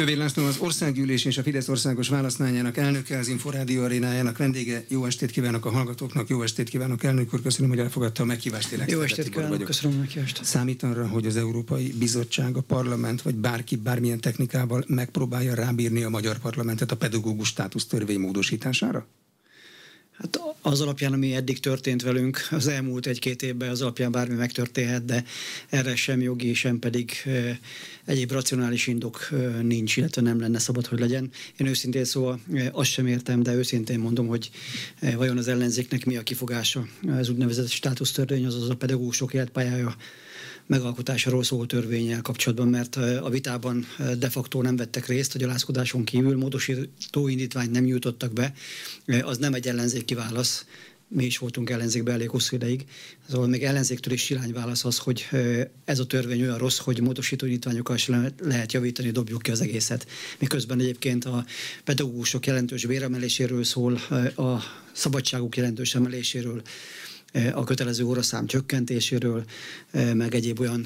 Kövér László az Országgyűlés és a Fidesz országos választmányának elnöke, az Inforádió arénájának vendége. Jó estét kívánok a hallgatóknak, jó estét kívánok, elnök úr, köszönöm, hogy elfogadta a meghívást. Jó estét kívánok, köszönöm a meghívást. Számít arra, hogy az Európai Bizottság, a parlament vagy bárki bármilyen technikával megpróbálja rábírni a magyar parlamentet a pedagógus státusz törvény módosítására? Hát az alapján, ami eddig történt velünk, az elmúlt egy-két évben az alapján bármi megtörténhet, de erre sem jogi, sem pedig egyéb racionális indok nincs, illetve nem lenne szabad, hogy legyen. Én őszintén szóval azt sem értem, de őszintén mondom, hogy vajon az ellenzéknek mi a kifogása. Az úgynevezett státusztörvény, azaz a pedagógusok életpályája megalkotásáról szóló törvénnyel kapcsolatban, mert a vitában de facto nem vettek részt, a gyalázkodáson kívül módosító indítványt nem nyújtottak be, az nem egy ellenzéki válasz. Mi is voltunk ellenzékben elég hosszú ideig. Szóval még ellenzéktől is irányválasz az, hogy ez a törvény olyan rossz, hogy módosító indítványokkal is lehet javítani, dobjuk ki az egészet. Miközben egyébként a pedagógusok jelentős béremeléséről szól, a szabadságuk jelentős emeléséről, a kötelező óraszám csökkentéséről, meg egyéb olyan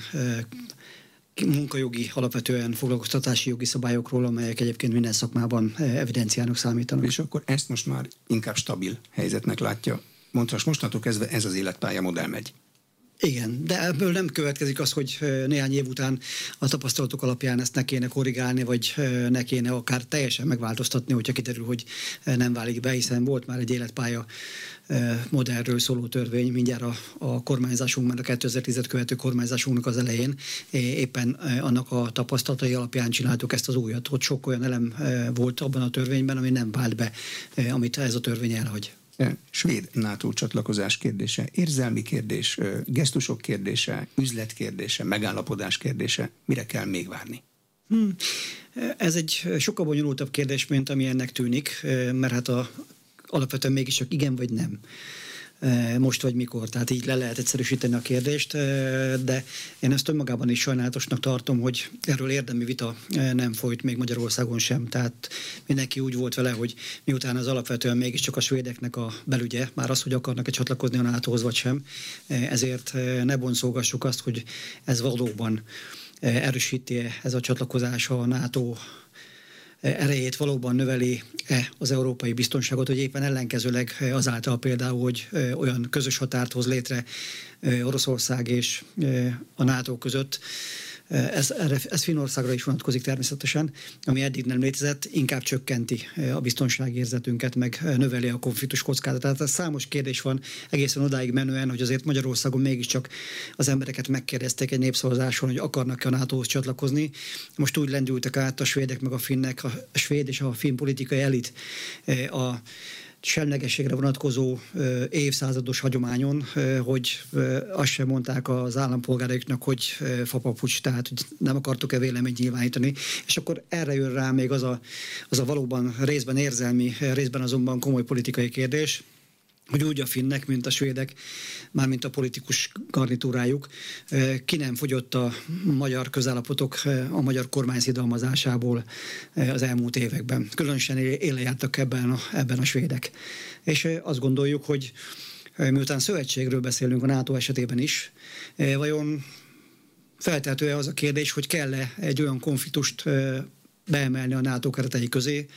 munkajogi, alapvetően foglalkoztatási jogi szabályokról, amelyek egyébként minden szakmában evidenciának számítanak. És akkor ezt most már inkább stabil helyzetnek látja. Mondtas, mostantól kezdve ez az életpálya modell megy. Igen, de ebből nem következik az, hogy néhány év után a tapasztalatok alapján ezt ne kéne korrigálni, vagy ne kéne akár teljesen megváltoztatni, hogyha kiderül, hogy nem válik be, hiszen volt már egy életpálya modellről szóló törvény mindjárt a kormányzásunkban, a 2010-et követő kormányzásunknak az elején. Éppen annak a tapasztalatai alapján csináltuk ezt az újat, hogy sok olyan elem volt abban a törvényben, ami nem vált be, amit ez a törvény elhagy. Svéd NATO csatlakozás kérdése, érzelmi kérdés, gesztusok kérdése, üzletkérdése, megállapodás kérdése, mire kell még várni? Ez egy sokkal bonyolultabb kérdés, mint ami ennek tűnik, mert hát alapvetően mégiscsak igen vagy nem. Most vagy mikor, tehát így le lehet egyszerűsíteni a kérdést, de én ezt önmagában is sajnálatosnak tartom, hogy erről érdemi vita nem folyt még Magyarországon sem. Tehát mindenki úgy volt vele, hogy miután az alapvetően mégiscsak a svédeknek a belügye, már az, hogy akarnak-e csatlakozni a NATO-hoz vagy sem, ezért ne boncolgassuk azt, hogy ez valóban erősíti ez a csatlakozás a NATO erejét, valóban növeli-e az európai biztonságot, hogy éppen ellenkezőleg azáltal például, hogy olyan közös határt hoz létre Oroszország és a NATO között. Ez Finnországra is vonatkozik természetesen, ami eddig nem létezett, inkább csökkenti a biztonságérzetünket, meg növeli a konfliktus kockázatát. Tehát számos kérdés van egészen odáig menően, hogy azért Magyarországon mégiscsak az embereket megkérdezték egy népszavazáson, hogy akarnak-e a NATO-hoz csatlakozni. Most úgy lendültek át a svédek meg a finnek, a svéd és a finn politikai elit a semlegességre vonatkozó évszázados hagyományon, hogy azt sem mondták az állampolgáraiknak, hogy fapapucs, tehát hogy nem akartuk-e véleményt nyilvánítani, és akkor erre jön rá még az a valóban részben érzelmi, részben azonban komoly politikai kérdés, hogy úgy a finnek, mint a svédek, mármint a politikus garnitúrájuk, ki nem fogyott a magyar közállapotok a magyar kormány szidalmazásából az elmúlt években. Különösen élen jártak ebben a svédek. És azt gondoljuk, hogy miután szövetségről beszélünk a NATO esetében is, vajon feltehető-e az a kérdés, hogy kell-e egy olyan konfliktust beemelni a NATO keretei közé,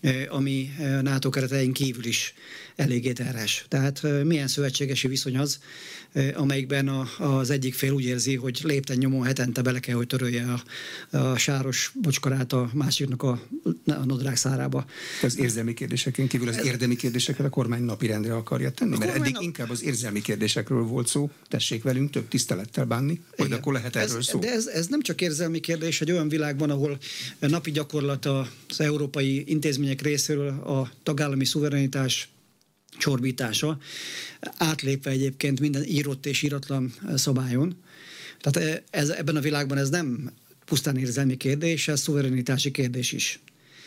ami NATO keretein kívül is eléggé terhes. Tehát milyen szövetségesi viszony az, amelyikben az egyik fél úgy érzi, hogy lépten nyomon hetente bele kell, hogy törölje a sáros bocskarát a másiknak a nadrág szárába. Az érzelmi kérdéseken kívül az érdemi kérdéseket a kormány napirendre akarja tenni? Mert eddig inkább az érzelmi kérdésekről volt szó, tessék velünk több tisztelettel bánni, hogy akkor lehet erről szó. De ez nem csak érzelmi kérdés, egy olyan világban, ahol napi gyakorlat az európai intézmények részéről a tagállami szuverenitás csorbítása, átlépve egyébként minden írott és íratlan szabályon. Tehát ebben a világban ez nem pusztán érzelmi kérdés, ez szuverenitási kérdés is.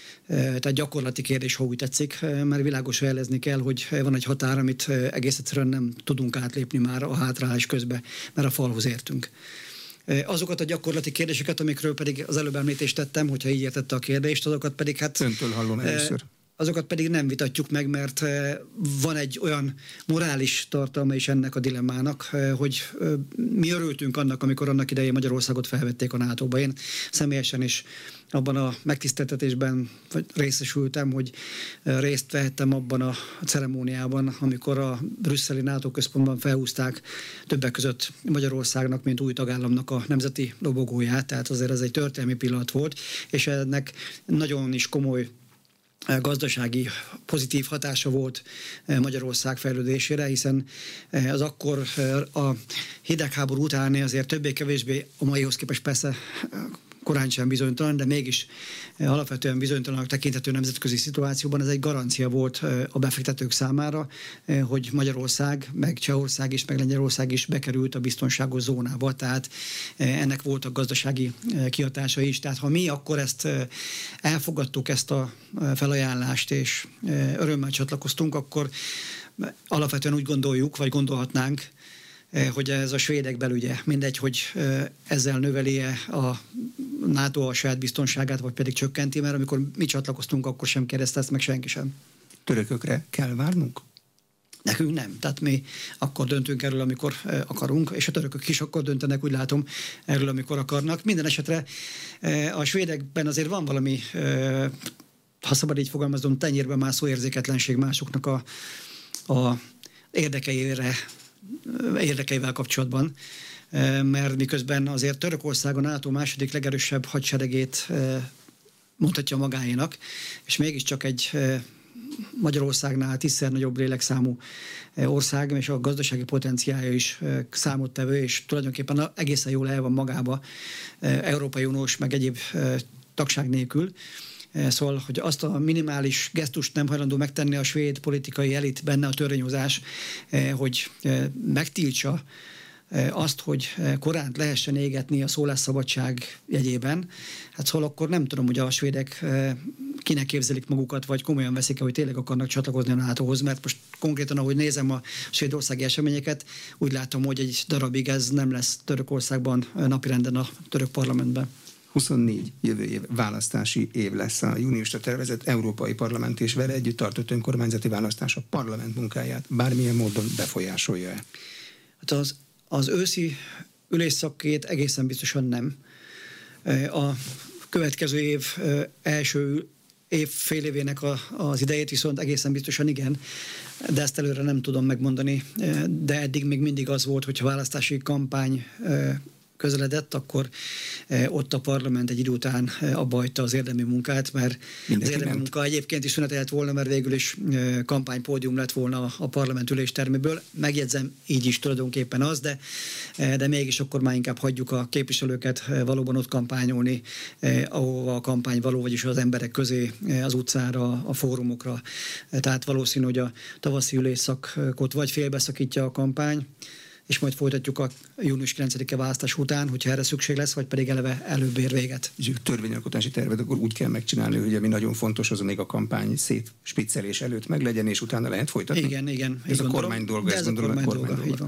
Tehát gyakorlati kérdés, ha úgy tetszik, mert világosan jelezni kell, hogy van egy határ, amit egész egyszerűen nem tudunk átlépni már a hátrálás közben, mert a falhoz értünk. Azokat a gyakorlati kérdéseket, amikről pedig az előbb említést tettem, hogyha így értette a kérdést, azokat pedig Öntől hallom először. azokat pedig nem vitatjuk meg, mert van egy olyan morális tartalma is ennek a dilemmának, hogy mi örültünk annak, amikor annak idején Magyarországot felvették a NATO-ba. Én személyesen is abban a megtiszteltetésben részesültem, hogy részt vehettem abban a ceremóniában, amikor a brüsszeli NATO központban felhúzták többek között Magyarországnak, mint új tagállamnak a nemzeti lobogóját, tehát azért ez egy történelmi pillanat volt, és ennek nagyon is komoly gazdasági pozitív hatása volt Magyarország fejlődésére, hiszen az akkor a hidegháború utáni azért többé-kevésbé a maihoz képest persze korán sem bizonytalan, de mégis alapvetően bizonytalanak tekinthető nemzetközi szituációban ez egy garancia volt a befektetők számára, hogy Magyarország, meg Csehország is, meg Lengyelország is bekerült a biztonságos zónába, tehát ennek voltak gazdasági kihatásai is. Tehát ha mi akkor ezt elfogadtuk, ezt a felajánlást, és örömmel csatlakoztunk, akkor alapvetően úgy gondoljuk, vagy gondolhatnánk, hogy ez a svédek belügye, mindegy, hogy ezzel növeli-e a NATO a saját biztonságát, vagy pedig csökkenti, mert amikor mi csatlakoztunk, akkor sem kérdezte ezt meg senki sem. Törökökre kell várnunk? Nekünk nem. Tehát mi akkor döntünk erről, amikor akarunk, és a törökök is akkor döntenek, úgy látom, erről, amikor akarnak. Minden esetre a svédekben azért van valami, ha szabad így fogalmazom, tenyérbe mászó érzéketlenség másoknak a érdekeivel kapcsolatban, mert miközben azért Törökország a NATO második legerősebb hadseregét mondhatja magáénak, és mégiscsak egy Magyarországnál 10-szer nagyobb lélekszámú ország, és a gazdasági potenciálja is számottevő, és tulajdonképpen egészen jól el van magába Európai Uniós, meg egyéb tagság nélkül. Szóval, hogy azt a minimális gesztust nem hajlandó megtenni a svéd politikai elit, benne a törvényhozás, hogy megtiltsa azt, hogy Koránt lehessen égetni a szólásszabadság jegyében. Hát szóval akkor nem tudom, hogy a svédek kinek képzelik magukat, vagy komolyan veszik-e, hogy tényleg akarnak csatlakozni a NATO-hoz, mert most konkrétan, ahogy nézem a svédországi eseményeket, úgy látom, hogy egy darabig ez nem lesz Törökországban napirenden a török parlamentben. 24 jövő év választási év lesz. A júniusra tervezett Európai Parlament és vele együtt tartott önkormányzati választás a parlament munkáját bármilyen módon befolyásolja-e? Hát az őszi ülésszakét egészen biztosan nem. A következő év első fél évének az idejét viszont egészen biztosan igen, de ezt előre nem tudom megmondani, de eddig még mindig az volt, hogyha választási kampány közeledett, akkor ott a parlament egy idő után abba hagyta az érdemi munkát, mert az érdemi munka egyébként is szünetelhet volna, mert végül is kampánypódium lett volna a parlament ülésterméből. Megjegyzem, így is tulajdonképpen az, de mégis akkor már inkább hagyjuk a képviselőket valóban ott kampányolni, ahova a kampány való, vagyis az emberek közé, az utcára, a fórumokra. Tehát valószínű, hogy a tavaszi ülésszakot vagy félbeszakítja a kampány, és majd folytatjuk a június 9-e választás után, hogyha erre szükség lesz, vagy pedig eleve előbb ér véget. És törvényalkotási tervet akkor úgy kell megcsinálni, hogy ami nagyon fontos, az még a kampány szétspiccelés előtt meglegyen, és utána lehet folytatni? Igen. Ez a kormány dolga, ezt gondolom, a kormány dolga.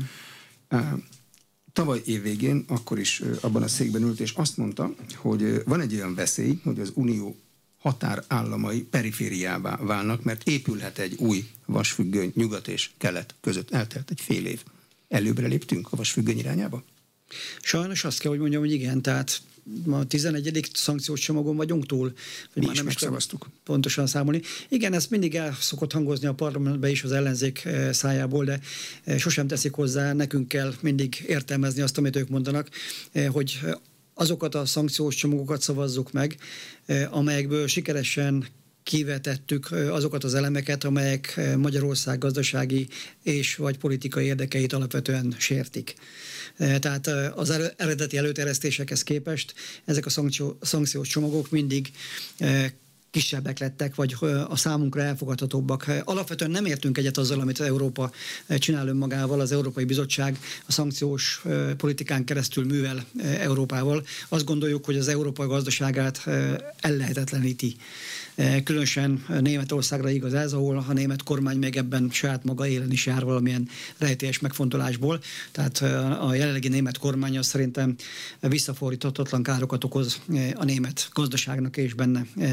Tavaly évvégén akkor is abban a székben ült, és azt mondta, hogy van egy olyan veszély, hogy az Unió határállamai perifériává válnak, mert épülhet egy új vasfüggöny nyugat és kelet között. Eltelt egy fél év. Előbbre léptünk a vasfüggöny irányába? Sajnos azt kell, hogy mondjam, hogy igen, tehát a 11. szankciós csomagon vagyunk túl. Mi is megszavaztuk. Pontosan számolni. Igen, ez mindig el szokott hangozni a parlamentben is az ellenzék szájából, de sosem teszik hozzá, nekünk kell mindig értelmezni azt, amit ők mondanak, hogy azokat a szankciós csomagokat szavazzuk meg, amelyekből sikeresen kivetettük azokat az elemeket, amelyek Magyarország gazdasági és vagy politikai érdekeit alapvetően sértik. Tehát az eredeti előterjesztésekhez képest ezek a szankciós csomagok mindig kisebbek lettek, vagy a számunkra elfogadhatóbbak. Alapvetően nem értünk egyet azzal, amit Európa csinál önmagával, az Európai Bizottság a szankciós politikán keresztül művel Európával. Azt gondoljuk, hogy az Európa gazdaságát ellehetetleníti. Különösen Németországra igaz ez, ahol a német kormány még ebben saját maga élen is jár valamilyen rejtélyes megfontolásból. Tehát a jelenlegi német kormány az szerintem visszafordíthatatlan károkat okoz a német gazdaságnak és benne Németország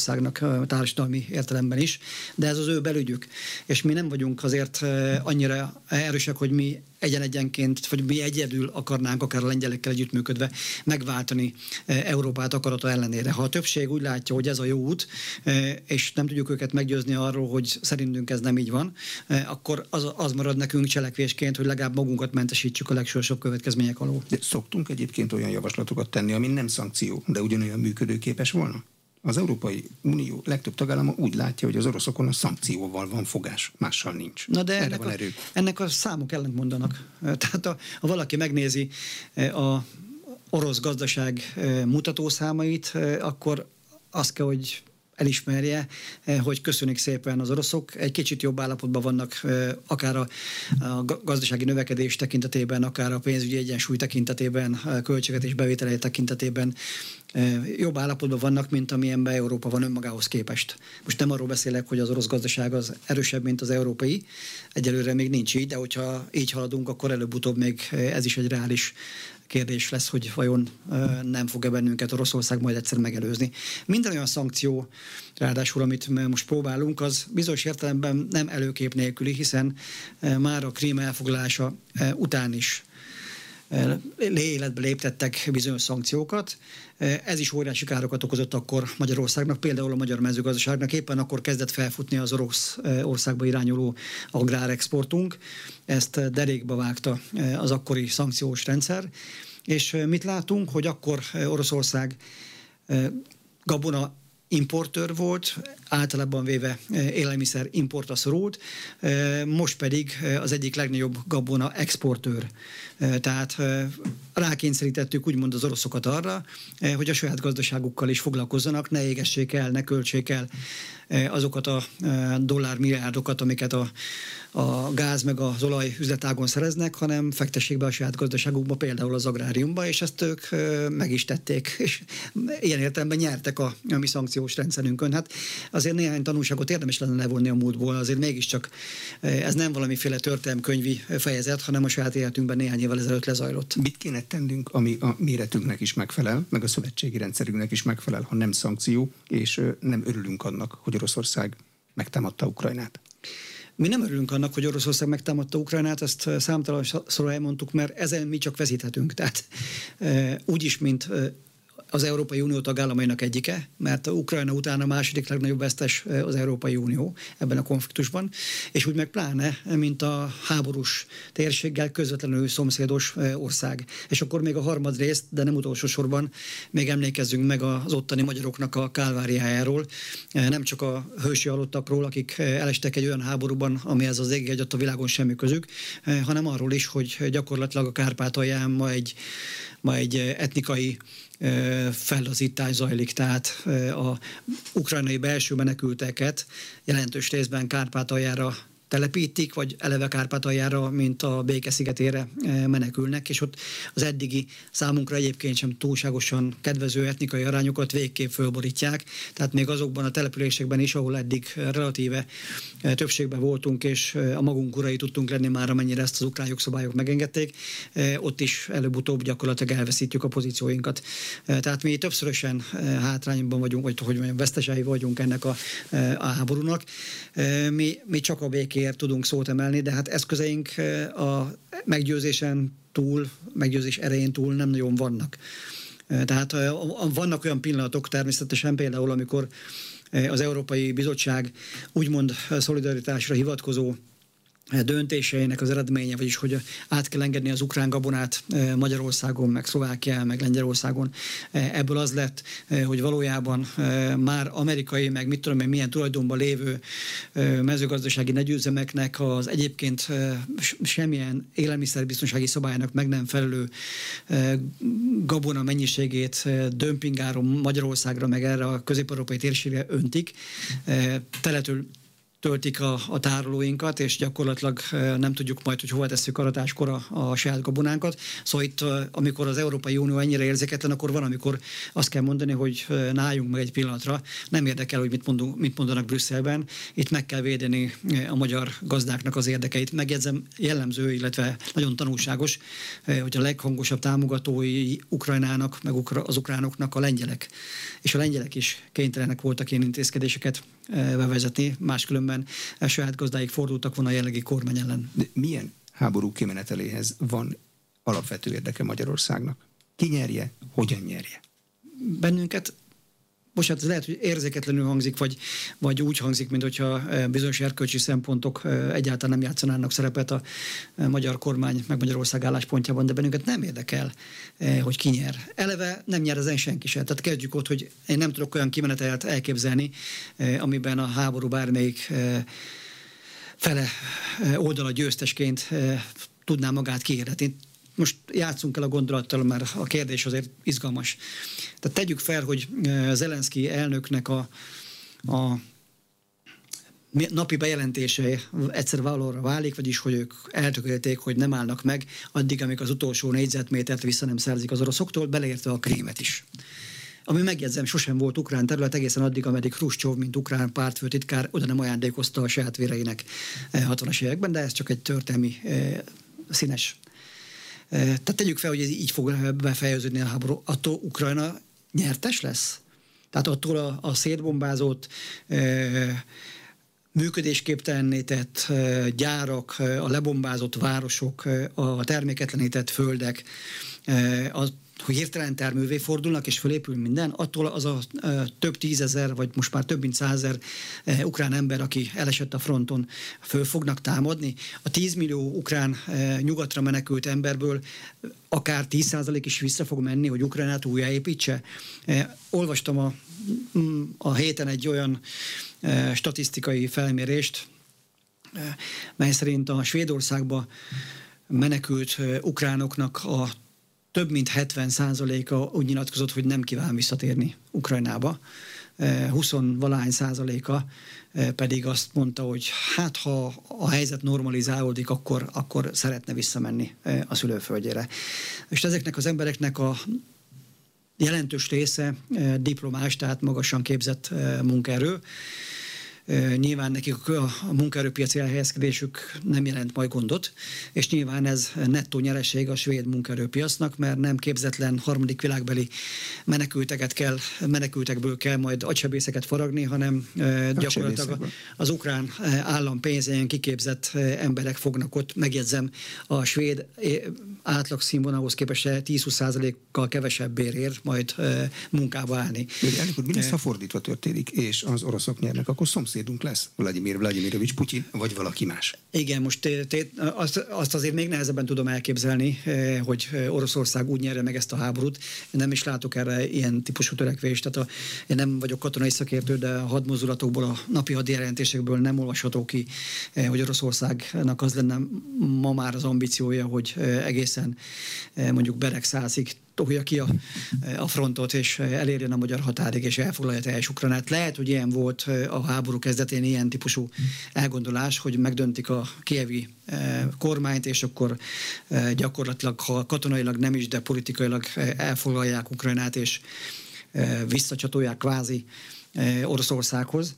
Oroszországnak társadalmi értelemben is, de ez az ő belügyük. És mi nem vagyunk azért annyira erősek, hogy mi egyenként, vagy mi egyedül akarnánk akár a lengyelekkel együttműködve megváltani Európát akarata ellenére. Ha a többség úgy látja, hogy ez a jó út, és nem tudjuk őket meggyőzni arról, hogy szerintünk ez nem így van, akkor az marad nekünk cselekvésként, hogy legalább magunkat mentesítsük a legsúlyosabb következmények alól. De szoktunk egyébként olyan javaslatokat tenni, ami nem szankció, de ugyanolyan működőképes volna? Az Európai Unió legtöbb tagállama úgy látja, hogy az oroszokon a szankcióval van fogás, mással nincs. Na de ennek a számok ellent mondanak. Tehát ha valaki megnézi a orosz gazdaság mutatószámait, akkor azt kell, hogy elismerje, hogy köszönik szépen az oroszok. Egy kicsit jobb állapotban vannak akár a gazdasági növekedés tekintetében, akár a pénzügyi egyensúly tekintetében, a költségvetés bevételei tekintetében jobb állapotban vannak, mint amilyenben Európa van önmagához képest. Most nem arról beszélek, hogy az orosz gazdaság az erősebb, mint az európai. Egyelőre még nincs így, de hogyha így haladunk, akkor előbb-utóbb még ez is egy reális kérdés lesz, hogy vajon nem fog-e bennünket Oroszország majd egyszer megelőzni. Minden olyan szankció, ráadásul, amit most próbálunk, az bizonyos értelemben nem előkép nélküli, hiszen már a Krím elfoglalása után is életbe léptettek bizonyos szankciókat. Ez is óriási károkat okozott akkor Magyarországnak, például a magyar mezőgazdaságnak. Éppen akkor kezdett felfutni az orosz országba irányuló agrárexportunk. Ezt derékba vágta az akkori szankciós rendszer. És mit látunk, hogy akkor Oroszország gabona importőr volt, általában véve élelmiszer importra szorult, most pedig az egyik legnagyobb gabona exportőr. Tehát rákényszerítettük úgymond az oroszokat arra, hogy a saját gazdaságukkal is foglalkozzanak, ne égessék el, ne költsék el azokat a dollármilliárdokat, amiket a gáz meg az olaj üzletágon szereznek, hanem fektessék be a saját gazdaságukba, például az agráriumba, és ezt ők meg is tették, és ilyen értelemben nyertek a mi szankciós rendszerünkön. Hát azért néhány tanulságot érdemes lenne levonni a múltból, azért mégiscsak ez nem valamiféle történelemkönyvi fejezet, hanem a saját életünkben néhány évvel ezelőtt lezajlott. Mit kéne tennünk, ami a méretünknek is megfelel, meg a szövetségi rendszerünknek is megfelel, ha nem szankció, és nem örülünk annak, hogy Oroszország megtámadta Ukrajnát? Mi nem örülünk annak, hogy Oroszország megtámadta Ukrajnát, ezt számtalanszor elmondtuk, mert ezen mi csak veszíthetünk. Tehát úgyis, mint az Európai Unió tagállamainak egyike, mert Ukrajna után a második legnagyobb vesztes az Európai Unió ebben a konfliktusban, és úgy meg pláne, mint a háborús térséggel közvetlenül szomszédos ország. És akkor még a harmadrészt, de nem utolsó sorban még emlékezzünk meg az ottani magyaroknak a kálváriájáról, nem csak a hősi halottakról, akik elestek egy olyan háborúban, amihez az ég adott a világon semmi közük, hanem arról is, hogy gyakorlatilag a Kárpátalján ma egy etnikai fellazítás zajlik, tehát a ukrajnai belső menekülteket jelentős részben Kárpátaljára telepítik, vagy eleve Kárpátaljára, mint a Béke-szigetére menekülnek, és ott az eddigi számunkra egyébként sem túlságosan kedvező etnikai arányokat végképp fölborítják, tehát még azokban a településekben is, ahol eddig relatíve többségben voltunk, és a magunk urai tudtunk lenni már, amennyire ezt az ukrán jogszabályok megengedték, ott is előbb-utóbb gyakorlatilag elveszítjük a pozícióinkat. Tehát mi többszörösen hátrányban vagyunk, vagy hogy mondjam, vesztesei vagyunk ennek a háborúnak. Mi csak a békért tudunk szót emelni, de hát eszközeink a meggyőzésen túl, meggyőzés erején túl nem nagyon vannak. Tehát vannak olyan pillanatok természetesen, például amikor az Európai Bizottság úgymond szolidaritásra hivatkozó döntéseinek az eredménye, vagyis hogy át kell engedni az ukrán gabonát Magyarországon, meg Szlovákián, meg Lengyelországon. Ebből az lett, hogy valójában már amerikai, meg mit tudom én, milyen tulajdonban lévő mezőgazdasági nagyüzemeknek az egyébként semmilyen élelmiszerbiztonsági szabálynak meg nem felelő gabona mennyiségét dömpingáron Magyarországra, meg erre a közép-európai térségre öntik. töltik a tárolóinkat, és gyakorlatilag nem tudjuk majd, hogy hova tesszük aratáskor a saját gabonánkat. Szóval itt, amikor az Európai Unió ennyire érzéketlen, akkor van, amikor azt kell mondani, hogy álljunk meg egy pillanatra, nem érdekel, hogy mit mondanak Brüsszelben, itt meg kell védeni a magyar gazdáknak az érdekeit. Megjegyzem, jellemző, illetve nagyon tanulságos, hogy a leghangosabb támogatói Ukrajnának, meg az ukránoknak a lengyelek. És a lengyelek is kénytelenek voltak ilyen intézkedéseket bevezetni, máskülönben a saját gazdáik fordultak volna a jelenlegi kormány ellen. De milyen háború kimeneteléhez van alapvető érdeke Magyarországnak? Ki nyerje, hogyan nyerje? Bennünket, bocsánat, ez lehet, hogy érzéketlenül hangzik, vagy úgy hangzik, mint hogyha bizonyos erkölcsi szempontok egyáltalán nem játszanának szerepet a magyar kormány, meg Magyarország álláspontjában, de bennünket nem érdekel, hogy ki nyer. Eleve nem nyer ezen senki sem. Tehát kezdjük ott, hogy én nem tudok olyan kimenetelt elképzelni, amiben a háború bármelyik fele oldala győztesként tudná magát kihirdetni. Most játszunk el a gondolattal, mert a kérdés azért izgalmas. Tehát tegyük fel, hogy Zelenszky elnöknek a napi bejelentése egyszer valóra válik, vagyis hogy ők eltökélték, hogy nem állnak meg addig, amíg az utolsó négyzetmétert vissza nem szerzik az oroszoktól, beleértve a Krímet is. Ami megjegyzem, sosem volt ukrán terület egészen addig, ameddig Hruscsov, mint ukrán pártfőtitkár oda nem ajándékozta a saját véreinek 60-as években, de ez csak egy történelmi színes. Tehát tegyük fel, hogy ez így fog befejeződni a háború. Attól Ukrajna nyertes lesz? Tehát attól a szétbombázott, működésképtelenné tett gyárak, a lebombázott városok, a terméketlenített földek, hogy hirtelen termővé fordulnak, és fölépül minden, attól az a több tízezer, vagy most már több mint 100 000 ukrán ember, aki elesett a fronton, föl fognak támadni. A 10 millió ukrán nyugatra menekült emberből akár 10% is vissza fog menni, hogy Ukrajnát újjáépítse. Olvastam a héten egy olyan statisztikai felmérést, mely szerint a Svédországba menekült ukránoknak a több mint 70%-a úgy nyilatkozott, hogy nem kíván visszatérni Ukrajnába. 20-valahány százaléka pedig azt mondta, hogy hát ha a helyzet normalizálódik, akkor szeretne visszamenni a szülőföldjére. És ezeknek az embereknek a jelentős része diplomás, tehát magasan képzett munkaerő. Nyilván nekik a munkaerőpiaci elhelyezkedésük nem jelent majd gondot, és nyilván ez nettó nyereség a svéd munkaerőpiacnak, mert nem képzetlen harmadik világbeli menekültekből kell majd agysebészeket faragni, hanem gyakorlatilag az ukrán állam pénzén kiképzett emberek fognak ott, megjegyzem, a svéd átlagszínvonalhoz képest 10-20%-kal kevesebb bérért majd munkába állni. Mi lesz, ha fordítva történik, és az oroszok nyernek, akkor szomszédunk lesz Vladimir Vladimirovics Putyin, vagy valaki más? Igen, most azt azért még nehezebben tudom elképzelni, hogy Oroszország úgy nyerje meg ezt a háborút. Én nem is látok erre ilyen típusú törekvést. Tehát én nem vagyok katonai szakértő, de a hadmozdulatokból, a napi hadjelentésekből nem olvasható ki, hogy Oroszországnak az lenne ma már az ambíciója, hogy egészen mondjuk Beregszászig tolja ki a frontot, és elérjen a magyar határig, és elfoglalja teljes Ukrajnát. Lehet, hogy ilyen volt a háború kezdetén, ilyen típusú elgondolás, hogy megdöntik a kijevi kormányt, és akkor gyakorlatilag, ha katonailag nem is, de politikailag elfoglalják Ukrajnát, és visszacsatolják kvázi Oroszországhoz.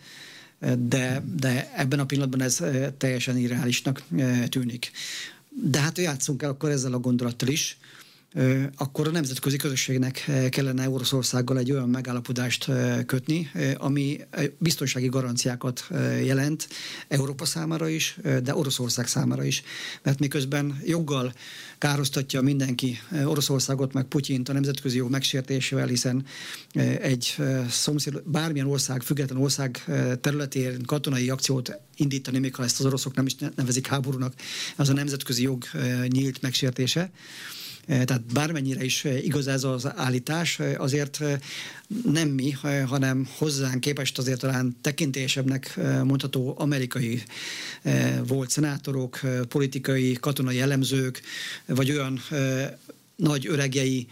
De ebben a pillanatban ez teljesen irreálisnak tűnik. De hát játszunk el akkor ezzel a gondolattal is, akkor a nemzetközi közösségnek kellene Oroszországgal egy olyan megállapodást kötni, ami biztonsági garanciákat jelent Európa számára is, de Oroszország számára is. Mert miközben joggal károztatja mindenki Oroszországot, meg Putyint a nemzetközi jog megsértésével, hiszen egy szomszéd, bármilyen ország, független ország területén katonai akciót indítani, még ha ezt az oroszok nem is nevezik háborúnak, az a nemzetközi jog nyílt megsértése. Tehát bármennyire is igaz ez az állítás, azért nem mi, hanem hozzánk képest azért talán tekintélyesebbnek mondható amerikai volt szenátorok, politikai, katonai elemzők, vagy olyan nagy öregjei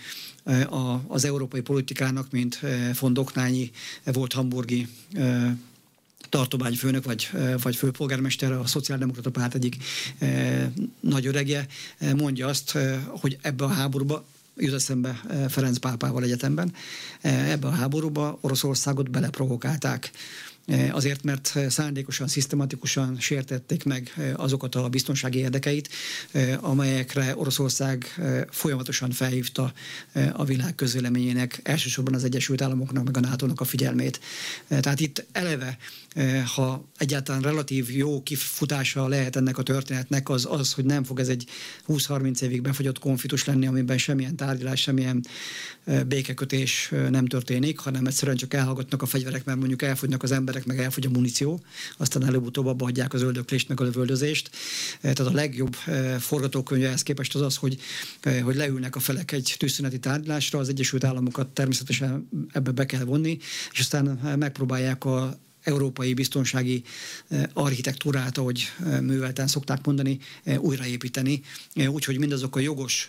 az európai politikának, mint von Doknányi, volt hamburgi tartományfőnök vagy főpolgármester, a Szociáldemokrata Párt egyik nagy öregje mondja azt, hogy ebbe a háborúba jut eszembe Ferenc pápával egyetemben, ebbe a háborúba Oroszországot beleprovokálták. Azért, mert szándékosan, szisztematikusan sértették meg azokat a biztonsági érdekeit, amelyekre Oroszország folyamatosan felhívta a világ közvéleményének, elsősorban az Egyesült Államoknak, meg a NATO-nak a figyelmét. Tehát itt eleve, ha egyáltalán relatív jó kifutása lehet ennek a történetnek, az, hogy nem fog ez egy 20-30 évig befagyott konfliktus lenni, amiben semmilyen tárgyalás, semmilyen békekötés nem történik, hanem egyszerűen csak elhallgatnak a fegyverek, mert mondjuk elfogynak az emberek, meg elfogy a muníció, aztán előbb-utóbb abba hagyják az öldöklést, meg a lövöldözést. Tehát a legjobb forgatókönyve ehhez képest az, hogy leülnek a felek egy tűzszüneti tárgyalásra, az Egyesült Államokat természetesen ebbe be kell vonni, és aztán megpróbálják a európai biztonsági architektúrát, ahogy művelten szokták mondani, újraépíteni, úgyhogy mindazok a jogos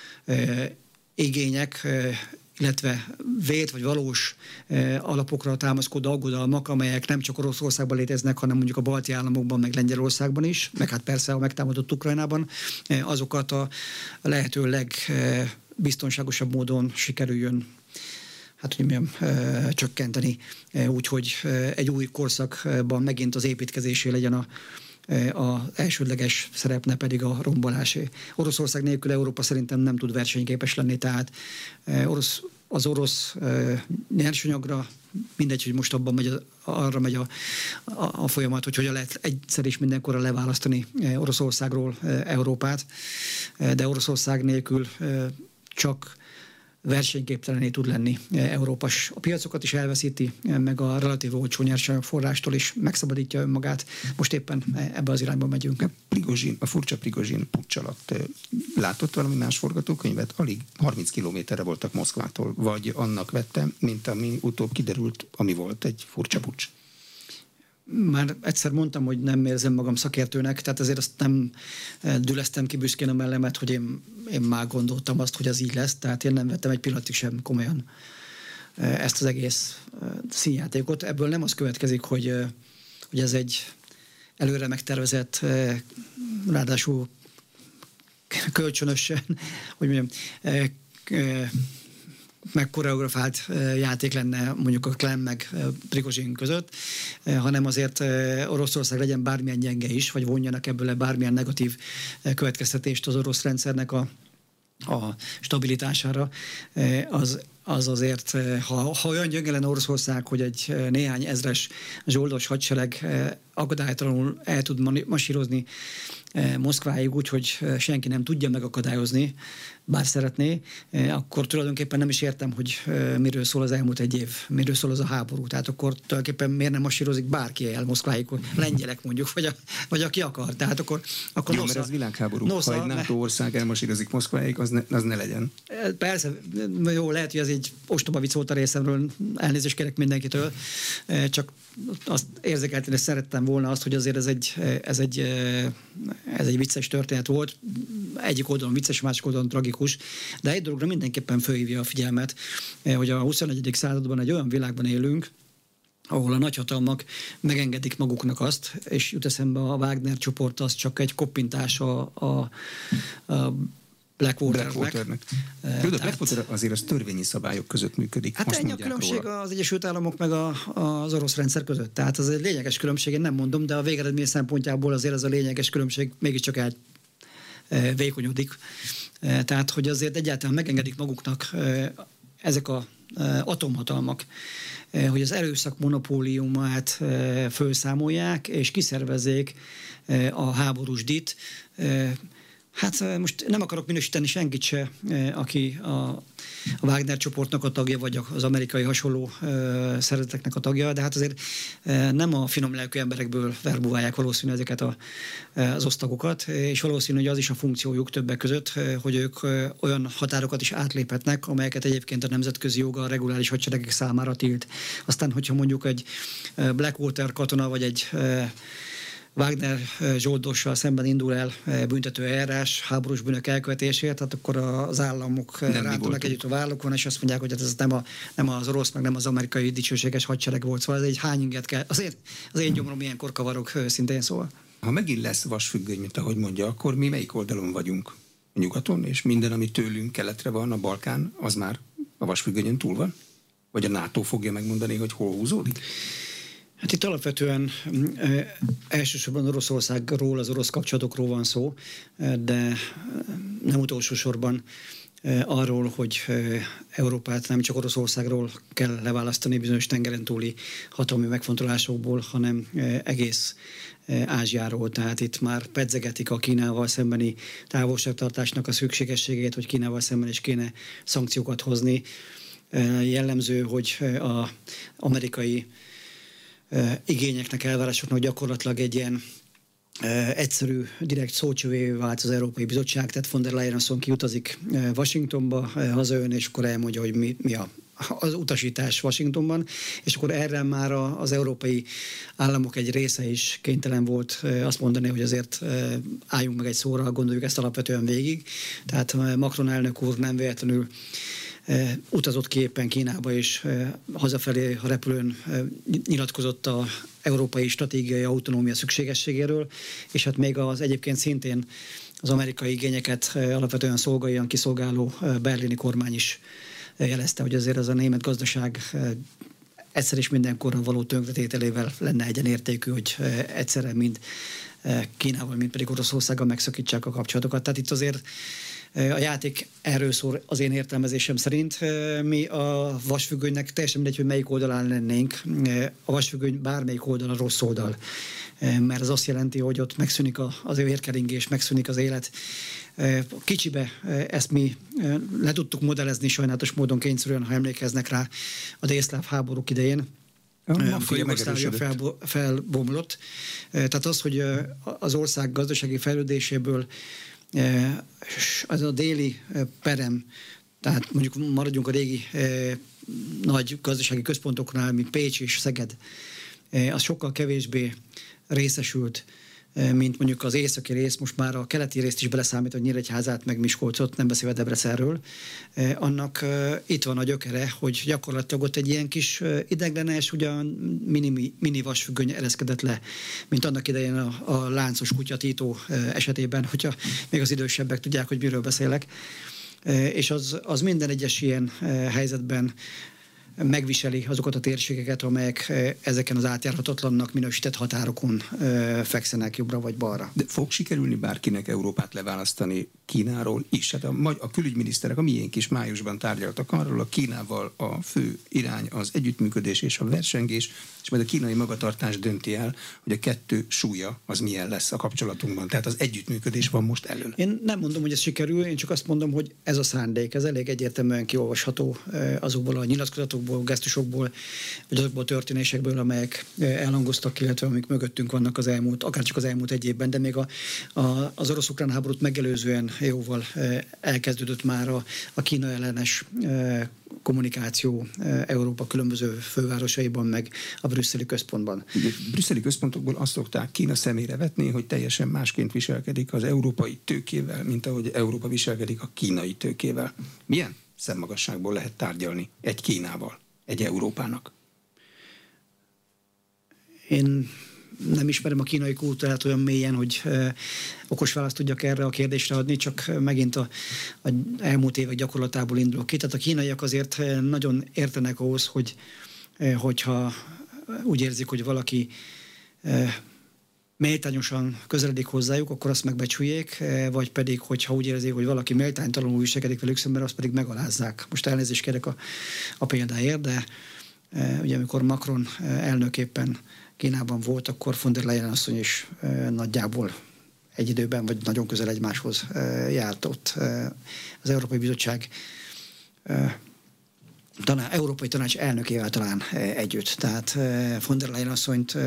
igények, illetve vélt vagy valós alapokra támaszkodó aggodalmak, amelyek nem csak Oroszországban léteznek, hanem mondjuk a balti államokban, meg Lengyelországban is, meg hát persze a megtámadott Ukrajnában, azokat a lehető legbiztonságosabb módon sikerüljön csökkenteni, úgyhogy egy új korszakban megint az építkezésé legyen az elsődleges szerep, ne pedig a rombolásé. Oroszország nélkül Európa szerintem nem tud versenyképes lenni, tehát az orosz nyersanyagra, mindegy, hogy most abban arra megy a folyamat, hogy hogyan lehet egyszer és mindenkorra leválasztani Oroszországról Európát, de Oroszország nélkül csak versenyképtelené tud lenni Európa. A piacokat is elveszíti, meg a relatív olcsó nyersanyagforrástól is megszabadítja önmagát. Most éppen ebbe az irányba megyünk. A furcsa Prigozsin puccs alatt látott valami más forgatókönyvet? Alig 30 kilométerre voltak Moszkvától, vagy annak vette, mint ami utóbb kiderült, ami volt egy furcsa puccs? Már egyszer mondtam, hogy nem érzem magam szakértőnek, tehát azért azt nem düleztem ki büszkén a mellemet, hogy én már gondoltam azt, hogy az így lesz, tehát én nem vettem egy pillanatig sem komolyan ezt az egész színjátékot. Ebből nem az következik, hogy ez egy előre megtervezett, ráadásul kölcsönösen, hogy mondjam, meg koreografált játék lenne mondjuk a Klen meg Prigozsin között, hanem azért Oroszország legyen bármilyen gyenge is, vagy vonjanak ebből bármilyen negatív következtetést az orosz rendszernek a stabilitására, az azért, ha olyan gyenge lenne Oroszország, hogy egy néhány ezres zsoldos hadsereg akadálytalanul el tud masírozni Moszkváig úgy, hogy senki nem tudja megakadályozni, bár szeretné, akkor tulajdonképpen nem is értem, hogy miről szól az elmúlt egy év, miről szól az a háború. Tehát akkor tulajdonképpen miért nem masírozik bárki el Moszkváig, lengyelek mondjuk, vagy aki akar. Tehát akkor jó, mert ez világháború. Ha egy NATO ország elmasírozik Moszkváig, az ne legyen. Persze, jó, lehet, hogy ez egy ostoba vicc volt a részemről, elnézést kérek mindenkitől, csak azt érzékeltem, és szerettem volna azt, hogy azért ez egy vicces történet volt. Egyik oldalon vicces, másik oldalon tragikus, de egy dologra mindenképpen fölhívja a figyelmet, hogy a 21. században egy olyan világban élünk, ahol a nagyhatalmak megengedik maguknak azt, és jut eszembe a Wagner csoport, az csak egy koppintás a Blackwaternek. Jó, de Blackwater azért az törvényi szabályok között működik. Hát ennyi a különbség róla az Egyesült Államok meg az orosz rendszer között. Tehát az egy lényeges különbség, én nem mondom, de a végeredmény szempontjából azért ez a lényeges különbség mégiscsak vékonyodik. Tehát, hogy azért egyáltalán megengedik maguknak ezek az atomhatalmak, hogy az erőszak monopóliumát felszámolják, és kiszervezzék a háborúsdit. Hát most nem akarok minősíteni senkit se, aki a Wagner csoportnak a tagja, vagy az amerikai hasonló szervezeteknek a tagja, de hát azért nem a finom lelkű emberekből verbuválják valószínűleg ezeket az osztagokat, és valószínű, hogy az is a funkciójuk többek között, hogy ők olyan határokat is átléphetnek, amelyeket egyébként a nemzetközi joga a reguláris hadseregek számára tilt. Aztán, hogyha mondjuk egy Blackwater katona, vagy egy Wagner zsoldossal szemben indul el büntető eljárás háborús bűnök elkövetésért, tehát akkor az államok rántanak együtt a vállukon, és azt mondják, hogy ez nem az orosz, meg nem az amerikai dicsőséges hadsereg volt, szóval ez egy hány inget kell. Az én gyomrom ilyenkor kavarok szintén, szóval. Ha megint lesz vasfüggöny, mint ahogy mondja, akkor mi melyik oldalon vagyunk? A nyugaton, és minden, ami tőlünk keletre van, a Balkán, az már a vasfüggönyön túl van? Vagy a NATO fogja megmondani, hogy hol húzódik? Hát itt alapvetően elsősorban Oroszországról, az orosz kapcsolatokról van szó, de nem utolsó sorban arról, hogy Európát nem csak Oroszországról kell leválasztani bizonyos tengeren túli hatalmi megfontolásokból, hanem egész Ázsiáról. Tehát itt már pedzegetik a Kínával szembeni távolságtartásnak a szükségességét, hogy Kínával szemben is kéne szankciókat hozni. Jellemző, hogy az amerikai igényeknek, elvárásoknak gyakorlatilag egy ilyen egyszerű, direkt szócsövévé vált az Európai Bizottság, tehát von der Leyen asszony kiutazik Washingtonba, hazajön, és akkor elmondja, hogy mi az utasítás Washingtonban, és akkor erre már az európai államok egy része is kénytelen volt azt mondani, hogy azért álljunk meg egy szóra, gondoljuk ezt alapvetően végig. Tehát Macron elnök úr nem véletlenül utazott ki éppen Kínába, és hazafelé a repülőn nyilatkozott az európai stratégiai autonómia szükségességéről, és hát még az egyébként szintén az amerikai igényeket alapvetően szolgáljan kiszolgáló berlini kormány is jelezte, hogy azért az a német gazdaság egyszer és mindenkorra való tönkretételével lenne egyenértékű, hogy egyszerre mind Kínával, mind pedig Oroszországgal megszakítsák a kapcsolatokat. Tehát itt azért a játék erről szól az én értelmezésem szerint. Mi a vasfüggönynek teljesen mindegy, hogy melyik oldalán lennénk. A vasfüggöny bármelyik oldal a rossz oldal. Mert az azt jelenti, hogy ott megszűnik az vérkeringés, megszűnik az élet. Kicsibe ezt mi le tudtuk modellezni sajnálatos módon kényszerűen, ha emlékeznek rá a délszláv háborúk idején, amikor Jugoszlávia felbomlott. Tehát az, hogy az ország gazdasági fejlődéséből az a déli perem, tehát mondjuk maradjunk a régi nagy gazdasági központoknál, mint Pécs és Szeged, az sokkal kevésbé részesült, mint mondjuk az északi rész, most már a keleti részt is beleszámít, hogy Nyíregyházát, meg Miskolcot, nem beszélve Debrecenről. Annak itt van a gyökere, hogy gyakorlatilag ott egy ilyen kis ideiglenes, ugyan mini vasfüggöny ereszkedett le, mint annak idején a láncos kutyatító esetében, hogyha még az idősebbek tudják, hogy miről beszélek. És az minden egyes ilyen helyzetben megviseli azokat a térségeket, amelyek ezeken az átjárhatatlannak minősített határokon fekszenek jobbra vagy balra. De fog sikerülni bárkinek Európát leválasztani Kínáról is? Hát a külügyminiszterek, a miénk is májusban tárgyaltak arról, a Kínával a fő irány az együttműködés és a versengés, és majd a kínai magatartás dönti el, hogy a kettő súlya az milyen lesz a kapcsolatunkban. Tehát az együttműködés van most elől. Én nem mondom, hogy ez sikerül, én csak azt mondom, hogy ez a szándék, ez elég egyértelműen kiolvasható azokból a nyilatkozatokból, gesztusokból, vagy azokból a történésekből, amelyek elhangoztak, illetve amik mögöttünk vannak az elmúlt, akár csak az elmúlt egy évben, de még az orosz-ukrán háborút megelőzően jóval elkezdődött már a Kína ellenes kommunikáció Európa különböző fővárosaiban, meg a brüsszeli központban. Brüsszeli központokból azt szokták Kína szemére vetni, hogy teljesen másként viselkedik az európai tőkével, mint ahogy Európa viselkedik a kínai tőkével. Milyen szemmagasságból lehet tárgyalni egy Kínával, egy Európának? Én nem ismerem a kínai kultúrát olyan mélyen, hogy okos választ tudjak erre a kérdésre adni, csak megint a elmúlt évek gyakorlatából indulok ki. Tehát a kínaiak azért nagyon értenek ahhoz, hogyha úgy érzik, hogy valaki méltányosan közeledik hozzájuk, akkor azt megbecsüljék, vagy pedig, hogyha úgy érzik, hogy valaki méltánytalanul viselkedik velük szemben, azt pedig megalázzák. Most elnézést kérek a példáért, de ugye amikor Macron elnök éppen Kínában volt, akkor von der Leyen asszony is nagyjából egy időben, vagy nagyon közel egymáshoz járt ott. Az Európai Bizottság Európai Tanács elnökével talán együtt. Tehát von der Leyen asszonyt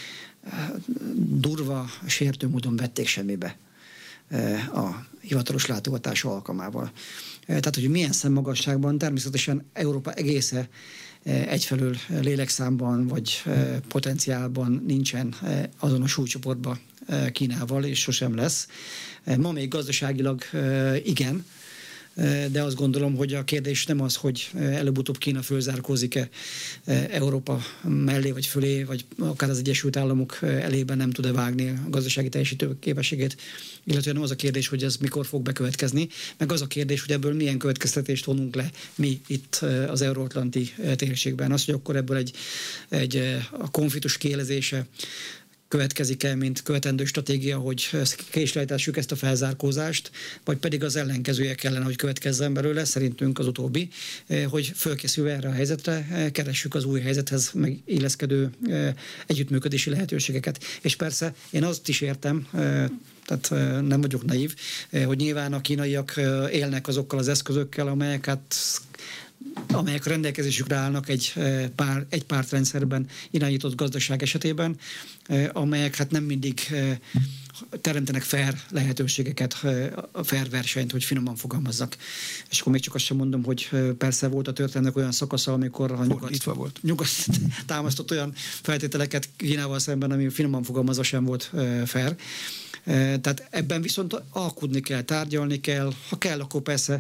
durva, sértő módon vették semmibe a hivatalos látogatása alkalmával. Tehát, hogy milyen szemmagasságban természetesen Európa egésze egyfelől lélekszámban vagy potenciálban nincsen azonos súlycsoportban Kínával, és sosem lesz. Ma még gazdaságilag igen, de azt gondolom, hogy a kérdés nem az, hogy előbb-utóbb Kína fölzárkózik-e Európa mellé vagy fölé, vagy akár az Egyesült Államok elében nem tud-e vágni a gazdasági teljesítő képességét, illetve nem az a kérdés, hogy ez mikor fog bekövetkezni, meg az a kérdés, hogy ebből milyen következtetést vonunk le mi itt az Euró-Atlanti térségben. Az, hogy akkor ebből a konfliktus kiélezése következik-e, mint követendő stratégia, hogy késlejtessük ezt a felzárkózást, vagy pedig az ellenkezője kellene, hogy következzen belőle, szerintünk az utóbbi, hogy fölkészülve erre a helyzetre, keressük az új helyzethez megilleszkedő együttműködési lehetőségeket. És persze én azt is értem, tehát nem vagyok naív, hogy nyilván a kínaiak élnek azokkal az eszközökkel, amelyek rendelkezésükre állnak egy pártrendszerben irányított gazdaság esetében, amelyek hát nem mindig teremtenek fair lehetőségeket, a fair versenyt, hogy finoman fogalmazzak. És akkor még csak azt sem mondom, hogy persze volt a történetnek olyan szakasza, amikor a nyugat támasztott olyan feltételeket Kínával szemben, ami finoman fogalmazva sem volt fair. Tehát ebben viszont alkudni kell, tárgyalni kell, ha kell, akkor persze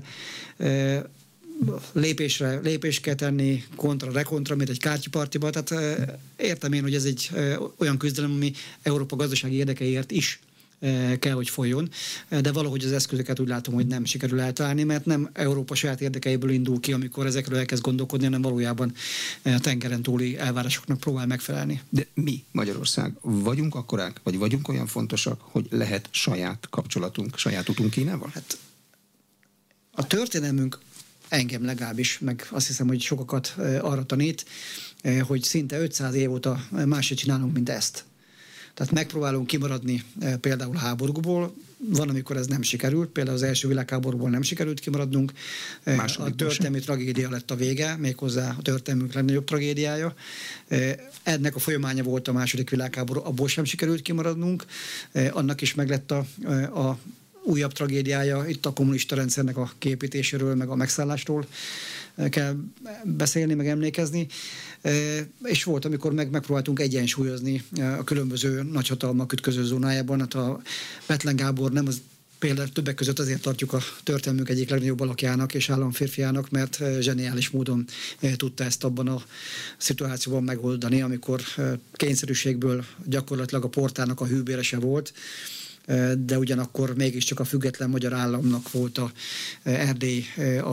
lépést kell tenni, rekontra, mint egy kártyapartiba. Tehát értem én, hogy ez egy olyan küzdelem, ami Európa gazdasági érdekeiért is kell, hogy folyjon, de valahogy az eszközöket úgy látom, hogy nem sikerül eltalálni, mert nem Európa saját érdekeiből indul ki, amikor ezekről elkezd gondolkodni, hanem valójában a tengeren túli elvárásoknak próbál megfelelni. De mi, Magyarország, vagyunk akkorák, vagy vagyunk olyan fontosak, hogy lehet saját kapcsolatunk, saját utunk Kínával? Hát a történelmünk engem legalábbis, meg azt hiszem, hogy sokakat arra tanít, hogy szinte 500 év óta máshogy csinálunk, mint ezt. Tehát megpróbálunk kimaradni például háborúból, van, amikor ez nem sikerült, például az első világháborúból nem sikerült kimaradnunk. A történelmi tragédia lett a vége, méghozzá a történelmünk legnagyobb tragédiája. Ennek a folyamánya volt a második világháború, abból sem sikerült kimaradnunk. Annak is meglett a újabb tragédiája, itt a kommunista rendszernek a kiépítéséről, meg a megszállásról kell beszélni, meg emlékezni. És volt, amikor megpróbáltunk egyensúlyozni a különböző nagyhatalmak ütköző zónájában. Hát a Bethlen Gábor nem az például többek között azért tartjuk a történelmünk egyik legnagyobb alakjának és államférfiának, mert zseniális módon tudta ezt abban a szituációban megoldani, amikor kényszerűségből gyakorlatilag a portának a hűbérese volt, de ugyanakkor mégiscsak a független magyar államnak volt a Erdély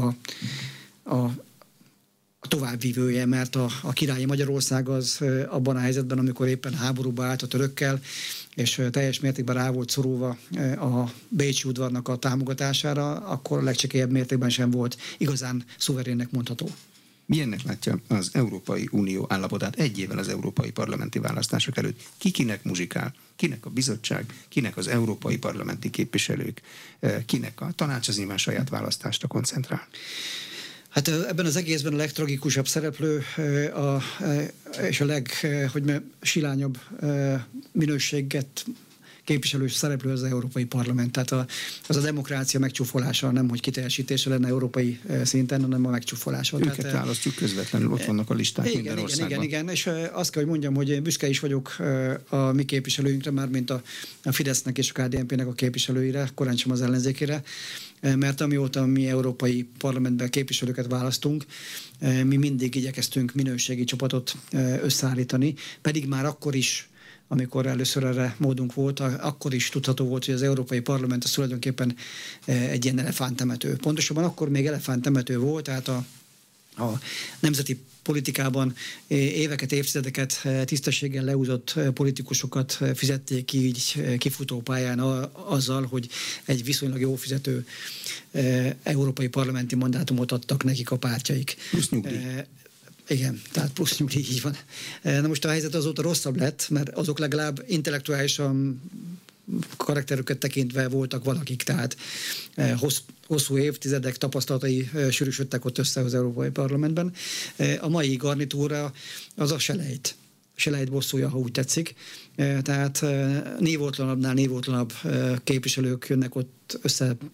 a továbbvívője, mert a királyi Magyarország az abban a helyzetben, amikor éppen háborúba állt a törökkel, és teljes mértékben rá volt szorulva a bécsi udvarnak a támogatására, akkor a legcsekélyebb mértékben sem volt igazán szuverénnek mondható. Milyennek látja az Európai Unió állapotát egy évvel az európai parlamenti választások előtt? Kinek muzsikál? Kinek a bizottság? Kinek az európai parlamenti képviselők? Kinek a tanács az nyilván saját választásra koncentrál? Hát ebben az egészben a legtragikusabb szereplő és a legsilányabb minőséget képviselő szereplő az Európai Parlament. Tehát az a demokrácia megcsúfolása, nem hogy kiteljesítése lenne európai szinten, hanem a megcsúfolása. Őket választjuk közvetlenül, ott vannak a listák minden országban. Igen, és azt kell, hogy mondjam, hogy én büszke is vagyok a mi képviselőinkre, már mint a Fidesznek és a KDNP-nek a képviselőire, korán sem az ellenzékére, mert amióta mi európai parlamentben képviselőket választunk, mi mindig igyekeztünk minőségi csapatot összeállítani, pedig már akkor is, amikor először erre módunk volt, akkor is tudható volt, hogy az Európai Parlament az tulajdonképpen egy ilyen elefánttemető. Pontosabban akkor még elefánttemető volt, tehát a nemzeti politikában éveket, évtizedeket tisztességgel leúzott politikusokat fizették ki így kifutópályán azzal, hogy egy viszonylag jó fizető európai parlamenti mandátumot adtak nekik a pártjaik. Plusz nyugdíj. Igen, tehát plusz nyugdíj, így van. Na most a helyzet azóta rosszabb lett, mert azok legalább intellektuálisan karakterüket tekintve voltak valakik, tehát hosszú évtizedek tapasztalatai sűrűsödtek ott össze az Európai Parlamentben. A mai garnitúra az a selejt bosszúja, ha úgy tetszik. Tehát névótlanabbnál névótlanabb képviselők jönnek ott össze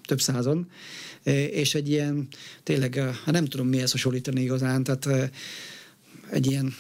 több százon, és egy ilyen, tényleg, nem tudom mihez hasonlítani igazán, tehát egy ilyen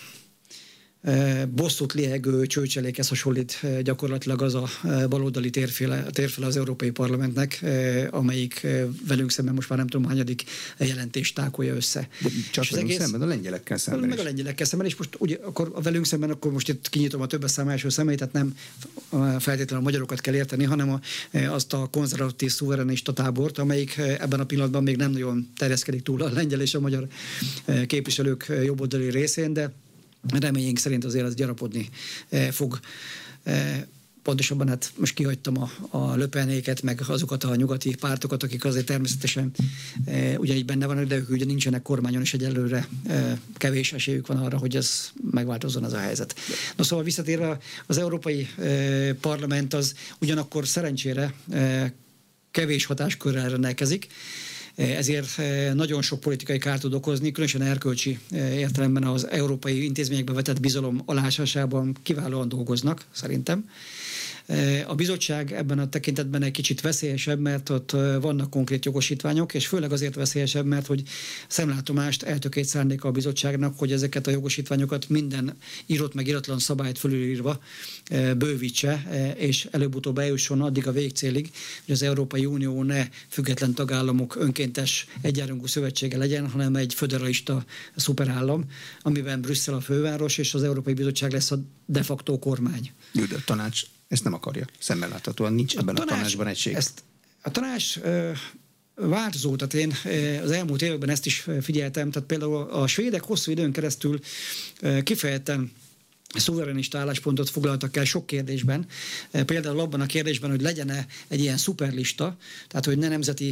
bosszút liegő csőcselékhez hasonlít gyakorlatilag az a baloldali térféle az Európai Parlamentnek, amelyik velünk szemben most már nem tudom hányadik jelentést tákolja össze. Csak és velünk szemben, a lengyelekkel szemben. Meg a lengyelekkel szemben, és most ugye akkor a velünk szemben, akkor most itt kinyitom a többes szám első szemét, tehát nem feltétlenül a magyarokat kell érteni, hanem azt a konzervatív szuverenista tábort, amelyik ebben a pillanatban még nem nagyon terjeszkedik túl a lengyel és a magyar képviselők jobboldali részén, de reményénk szerint azért az gyarapodni fog. Pontosabban hát most kihagytam a löpenéket, meg azokat a nyugati pártokat, akik azért természetesen ugyanígy benne vannak, de ők ugye nincsenek kormányon, és egyelőre kevés esélyük van arra, hogy ez megváltozzon az a helyzet. No, szóval visszatérve, az Európai Parlament az ugyanakkor szerencsére kevés hatáskörrel rendelkezik, ezért nagyon sok politikai kárt tud okozni, különösen erkölcsi értelemben az európai intézményekbe vetett bizalom alásásában kiválóan dolgoznak, szerintem. A bizottság ebben a tekintetben egy kicsit veszélyesebb, mert ott vannak konkrét jogosítványok, és főleg azért veszélyesebb, mert hogy szemlátomást eltökélt szándéka a bizottságnak, hogy ezeket a jogosítványokat minden írott meg iratlan szabályt fölülírva bővítse, és előbb-utóbb eljusson addig a végcélig, hogy az Európai Unió ne független tagállamok önkéntes egyenrangú szövetsége legyen, hanem egy föderalista szuperállam, amiben Brüsszel a főváros, és az Európai Bizottság lesz a de facto kormány. De a tanács ezt nem akarja. Szemmel láthatóan nincs ebben a tanácsban egység. A tanács változó, tehát én az elmúlt években ezt is figyeltem, tehát például a svédek hosszú időn keresztül kifejezetten szuverenista álláspontot foglaltak el sok kérdésben. Például abban a kérdésben, hogy legyen-e egy ilyen szuperlista, tehát hogy ne nemzeti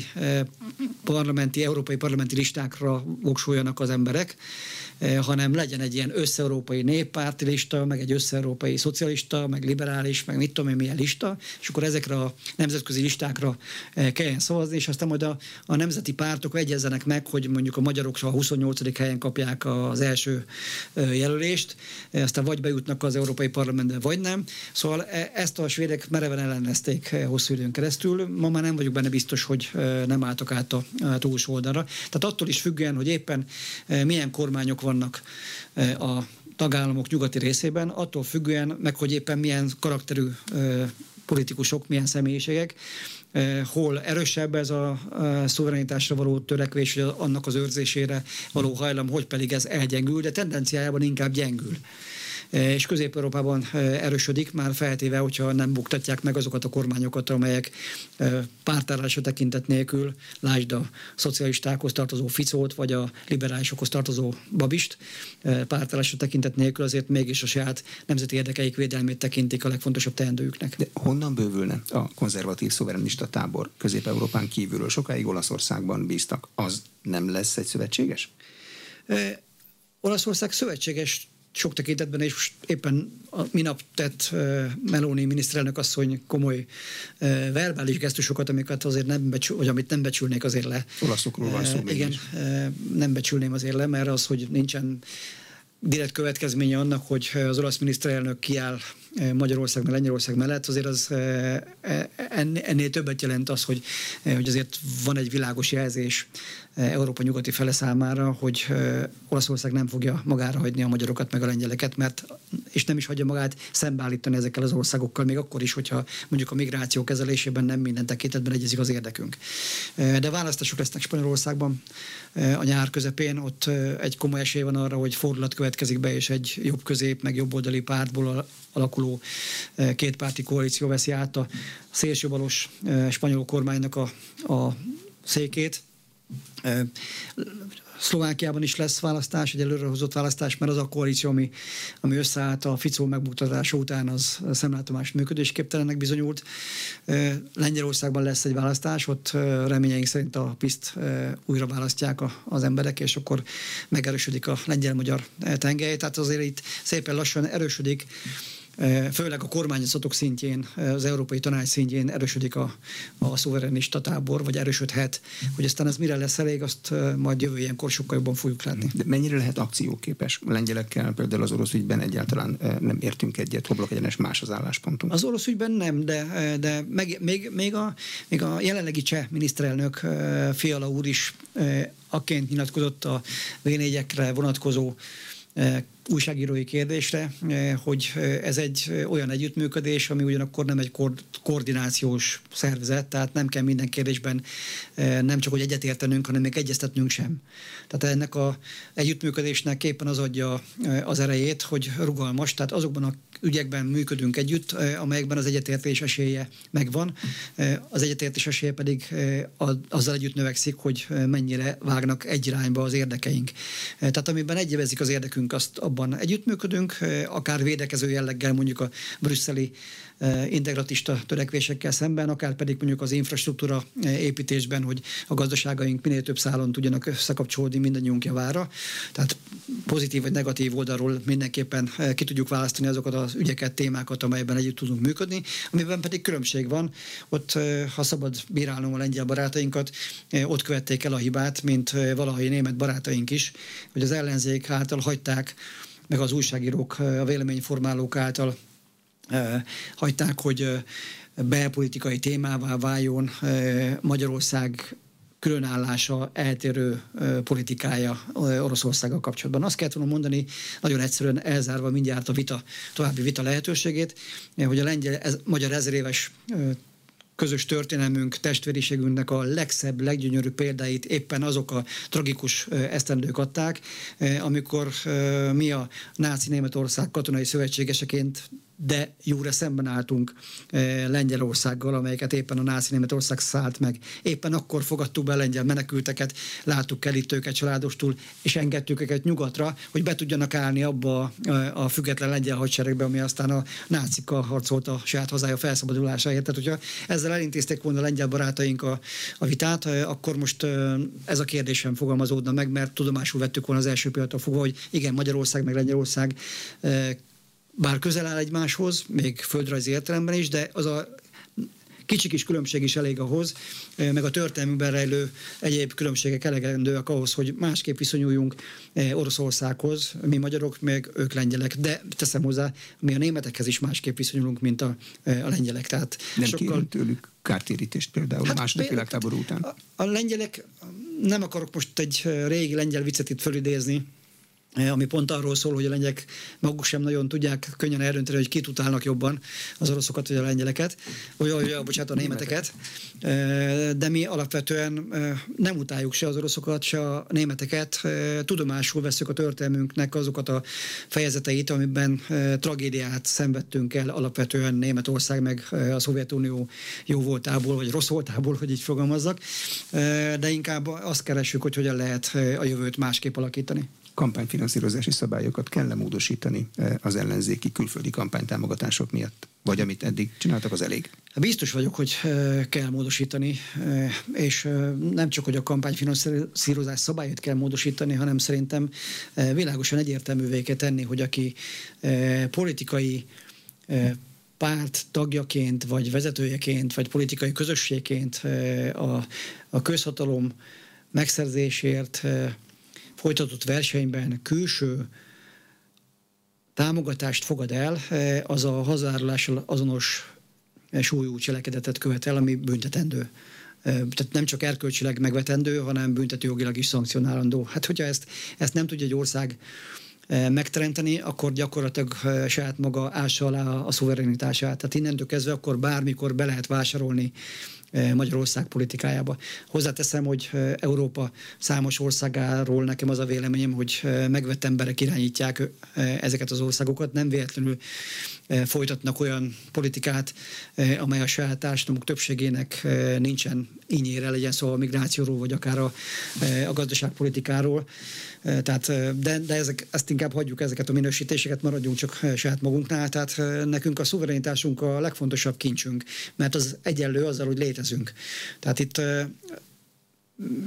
európai parlamenti listákra voksoljanak az emberek, hanem legyen egy ilyen összeurópai néppárti lista, meg egy összeurópai szocialista, meg liberális, meg mit tudom én milyen lista, és akkor ezekre a nemzetközi listákra kelljen szavazni, és aztán majd a nemzeti pártok egyezzenek meg, hogy mondjuk a magyarok a 28. helyen kapják az első jelölést, aztán vagy bejutnak az Európai Parlamentbe, vagy nem. Szóval ezt a svédek mereven ellenezték hosszú időn keresztül. Ma már nem vagyok benne biztos, hogy nem álltak át a túlsó oldalra. Tehát attól is függően, hogy éppen milyen kormányok vannak a tagállamok nyugati részében, attól függően, meg hogy éppen milyen karakterű politikusok, milyen személyiségek, hol erősebb ez a szuverenitásra való törekvés, vagy annak az őrzésére való hajlam, hogy pedig ez elgyengül, de tendenciájában inkább gyengül. És Közép-Európában erősödik, már feltéve, hogyha nem buktatják meg azokat a kormányokat, amelyek pártállásra tekintet nélkül, lásd a szocialistákhoz tartozó Ficót, vagy a liberálisokhoz tartozó Babist, pártállásra tekintet nélkül azért mégis a saját nemzeti érdekeik védelmét tekintik a legfontosabb teendőjüknek. De honnan bővülne a konzervatív szuverenista tábor Közép-Európán kívülről? Sokáig Olaszországban bíztak. Az nem lesz egy szövetséges? Olaszország szövetséges sok tekintetben, és most éppen a minap tett Meloni miniszterelnök asszony komoly verbális gesztusokat, amiket azért vagy amit nem becsülnék azért le. Olaszokról van szó. Igen, nem becsülném azért le, mert az, hogy nincsen direkt következménye annak, hogy az olasz miniszterelnök kiáll Magyarország meg Lengyelország mellett, azért az ennél többet jelent az, hogy azért van egy világos jelzés Európa nyugati fele számára, hogy Olaszország nem fogja magára hagyni a magyarokat meg a lengyeleket, és nem is hagyja magát szembeállítani ezekkel az országokkal, még akkor is, hogyha mondjuk a migráció kezelésében nem minden tekintetben egyezik az érdekünk. De választások lesznek Spanyolországban a nyár közepén, ott egy komoly esély van arra, hogy fordulat következik be, és egy jobb-közép, meg jobboldali pártból alakuló kétpárti koalíció veszi át a szélsőbalos spanyol kormánynak a székét. Szlovákiában is lesz választás, egy előrehozott választás, mert az a koalíció, ami összeállt a Ficó megbuktatása után, az szemlátomást működésképtelennek bizonyult. Lengyelországban lesz egy választás, ott reményeink szerint a PISZ-t újra választják az emberek, és akkor megerősödik a lengyel-magyar tengely. Tehát azért itt szépen lassan erősödik főleg a kormányzatok szintjén, az Európai Tanács szintjén erősödik a szuverenista tábor, vagy erősödhet, hogy aztán ez mire lesz elég, azt majd jövő ilyenkor sokkal jobban fogjuk látni. De mennyire lehet akcióképes? A lengyelekkel például az orosz ügyben egyáltalán nem értünk egyet, homlok egyenes más az álláspontunk. Az orosz ügyben nem, de még a jelenlegi cseh miniszterelnök Fiala úr is akként nyilatkozott a V4-ekre vonatkozó újságírói kérdésre, hogy ez egy olyan együttműködés, ami ugyanakkor nem egy koordinációs szervezet, tehát nem kell minden kérdésben nem csak hogy egyetértenünk, hanem még egyeztetnünk sem. Tehát ennek az együttműködésnek éppen az adja az erejét, hogy rugalmas, tehát azokban a ügyekben működünk együtt, amelyekben az egyetértés esélye megvan. Az egyetértés esélye pedig azzal együtt növekszik, hogy mennyire vágnak egy irányba az érdekeink. Tehát amiben egyebezik az érdekünk, azt abban együttműködünk, akár védekező jelleggel mondjuk a brüsszeli integratista törekvésekkel szemben, akár pedig mondjuk az infrastruktúra építésben, hogy a gazdaságaink minél több szálon tudjanak összekapcsolódni mindannyiunk javára. Tehát pozitív vagy negatív oldalról mindenképpen ki tudjuk választani azokat az ügyeket, témákat, amelyben együtt tudunk működni, amiben pedig különbség van. Ott, ha szabad bírálnom a lengyel barátainkat, ott követték el a hibát, mint valahogy német barátaink is, hogy az ellenzék által hagyták, meg az újságírók, a véleményformálók által hagyták, hogy belpolitikai témává váljon Magyarország különállása, eltérő politikája Oroszországgal kapcsolatban. Azt kellett volna mondani, nagyon egyszerűen elzárva mindjárt a további vita lehetőségét, hogy a magyar 1000 éves közös történelmünk, testvériségünknek a legszebb, leggyönyörűbb példáit éppen azok a tragikus esztendők adták, amikor mi a náci Németország katonai szövetségeseként de jóra szemben álltunk Lengyelországgal, amelyeket éppen a náci Németország szállt meg. Éppen akkor fogadtuk be a lengyel menekülteket, láttuk el itt őket családostul, és engedtük őket nyugatra, hogy be tudjanak állni abba a független lengyel hadseregbe, ami aztán a nácikkal harcolt a saját hazája felszabadulásáért. Tehát, hogyha ezzel elintézték volna a lengyel barátaink a vitát, akkor most ez a kérdés sem fogalmazódna meg, mert tudomásul vettük volna az első pillanattól fogva, hogy igen, Magyarország meg Lengyelország bár közel áll egymáshoz, még földrajzi értelemben is, de az a kicsi kis különbség is elég ahhoz, meg a történelmünkben rejlő egyéb különbségek elegendőek ahhoz, hogy másképp viszonyuljunk Oroszországhoz, mi magyarok, meg ők lengyelek. De teszem hozzá, mi a németekhez is másképp viszonyulunk, mint a lengyelek. Tehát nem kérünk tőlük kártérítést például a második világháború után. A lengyelek, nem akarok most egy régi lengyel viccet itt fölidézni, ami pont arról szól, hogy a lengyelek maguk sem nagyon tudják könnyen eldönteni, hogy kit utálnak jobban, az oroszokat vagy a lengyeleket, a németeket. De mi alapvetően nem utáljuk se az oroszokat, se a németeket. Tudomásul veszük a történelmünknek azokat a fejezeteit, amiben tragédiát szenvedtünk el alapvetően Németország meg a Szovjetunió jó voltából, vagy rossz voltából, hogy így fogalmazzak. De inkább azt keressük, hogy hogyan lehet a jövőt másképp alakítani. Kampányfinanszírozási szabályokat kell lemódosítani az ellenzéki külföldi kampánytámogatások miatt? Vagy amit eddig csináltak, az elég? Biztos vagyok, hogy kell módosítani, és nem csak, hogy a kampányfinanszírozás szabályait kell módosítani, hanem szerintem világosan egyértelművé kell tenni, hogy aki politikai párt tagjaként, vagy vezetőjeként, vagy politikai közösségként a közhatalom megszerzésért folytatott versenyben külső támogatást fogad el, az a hazárulással azonos súlyú cselekedetet követel, ami büntetendő. Tehát nem csak erkölcsileg megvetendő, hanem büntetőjogilag is szankcionálandó. Hát hogyha ezt nem tudja egy ország megteremteni, akkor gyakorlatilag saját maga ássa alá a szuverenitását. Tehát innentől kezdve akkor bármikor be lehet vásárolni Magyarország politikájába. Hozzáteszem, hogy Európa számos országáról nekem az a véleményem, hogy megvett emberek irányítják ezeket az országokat, nem véletlenül folytatnak olyan politikát, amely a saját társadalmuk többségének nincsen ínyére, legyen szó a migrációról, vagy akár a gazdaságpolitikáról. Tehát, de ezt inkább hagyjuk, ezeket a minősítéseket, maradjunk csak saját magunknál. Tehát nekünk a szuverenitásunk a legfontosabb kincsünk, mert az egyenlő azzal, hogy létezünk. Tehát itt